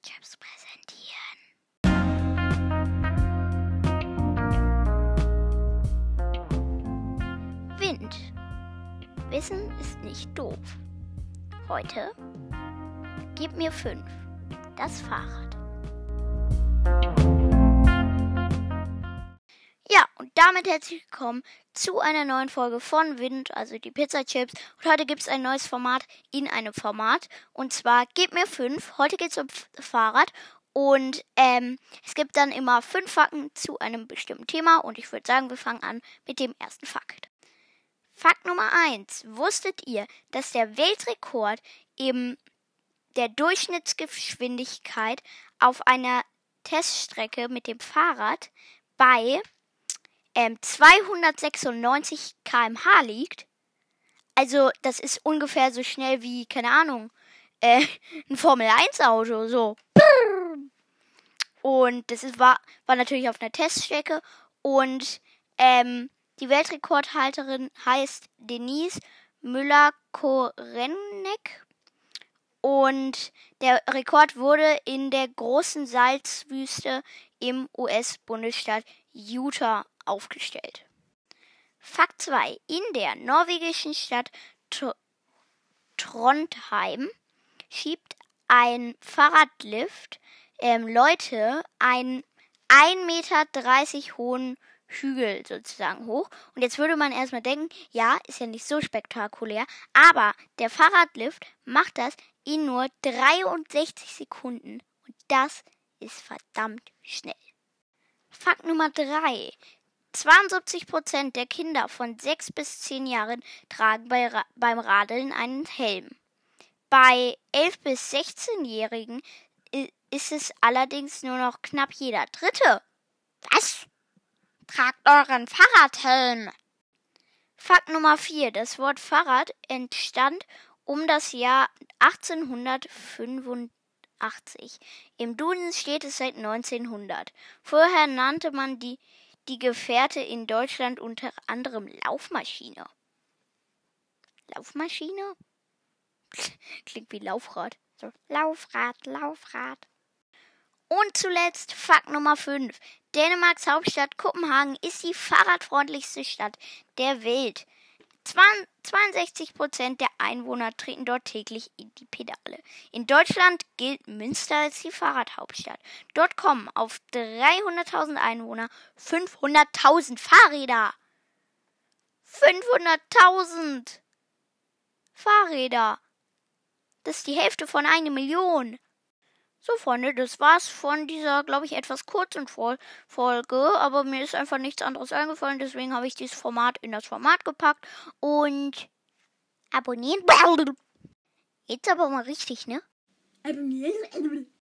Chips präsentieren. Wind. Wissen ist nicht doof. Heute gib mir 5. Das Fahrrad. Ja, und damit herzlich willkommen zu einer neuen Folge von Wind, also die Pizza Chips. Und heute gibt es ein neues Format in einem Format. Und zwar gib mir 5. Heute geht es um Fahrrad. Und es gibt dann immer 5 Fakten zu einem bestimmten Thema. Und ich würde sagen, wir fangen an mit dem ersten Fakt. Fakt Nummer 1. Wusstet ihr, dass der Weltrekord eben der Durchschnittsgeschwindigkeit auf einer Teststrecke mit dem Fahrrad bei 296 km/h liegt? Also das ist ungefähr so schnell wie, keine Ahnung, ein Formel-1-Auto, so. Und das war natürlich auf einer Teststrecke und die Weltrekordhalterin heißt Denise Müller-Korenek und der Rekord wurde in der großen Salzwüste im US-Bundesstaat Utah aufgestellt. Fakt 2. In der norwegischen Stadt Trondheim schiebt ein Fahrradlift Leute einen 1,30 Meter hohen Hügel sozusagen hoch. Und jetzt würde man erstmal denken, ja, ist ja nicht so spektakulär, aber der Fahrradlift macht das in nur 63 Sekunden. Und das ist verdammt schnell. Fakt Nummer 3. 72% der Kinder von 6 bis 10 Jahren tragen beim Radeln einen Helm. Bei 11 bis 16-Jährigen ist es allerdings nur noch knapp jeder Dritte. Was? Tragt euren Fahrradhelm! Fakt Nummer 4. Das Wort Fahrrad entstand um das Jahr 1885. Im Duden steht es seit 1900. Vorher nannte man die Gefährte in Deutschland unter anderem Laufmaschine. Laufmaschine? Klingt wie Laufrad. So, Laufrad. Und zuletzt Fakt Nummer 5. Dänemarks Hauptstadt Kopenhagen ist die fahrradfreundlichste Stadt der Welt. 62% der Einwohner treten dort täglich in die Pedale. In Deutschland gilt Münster als die Fahrradhauptstadt. Dort kommen auf 300.000 Einwohner 500.000 Fahrräder. 500.000 Fahrräder. Das ist die Hälfte von 1 Million. So, Freunde, das war's von dieser, glaube ich, etwas kurzen Folge, aber mir ist einfach nichts anderes eingefallen, deswegen habe ich dieses Format in das Format gepackt und abonnieren. Jetzt aber mal richtig, ne? Abonnieren.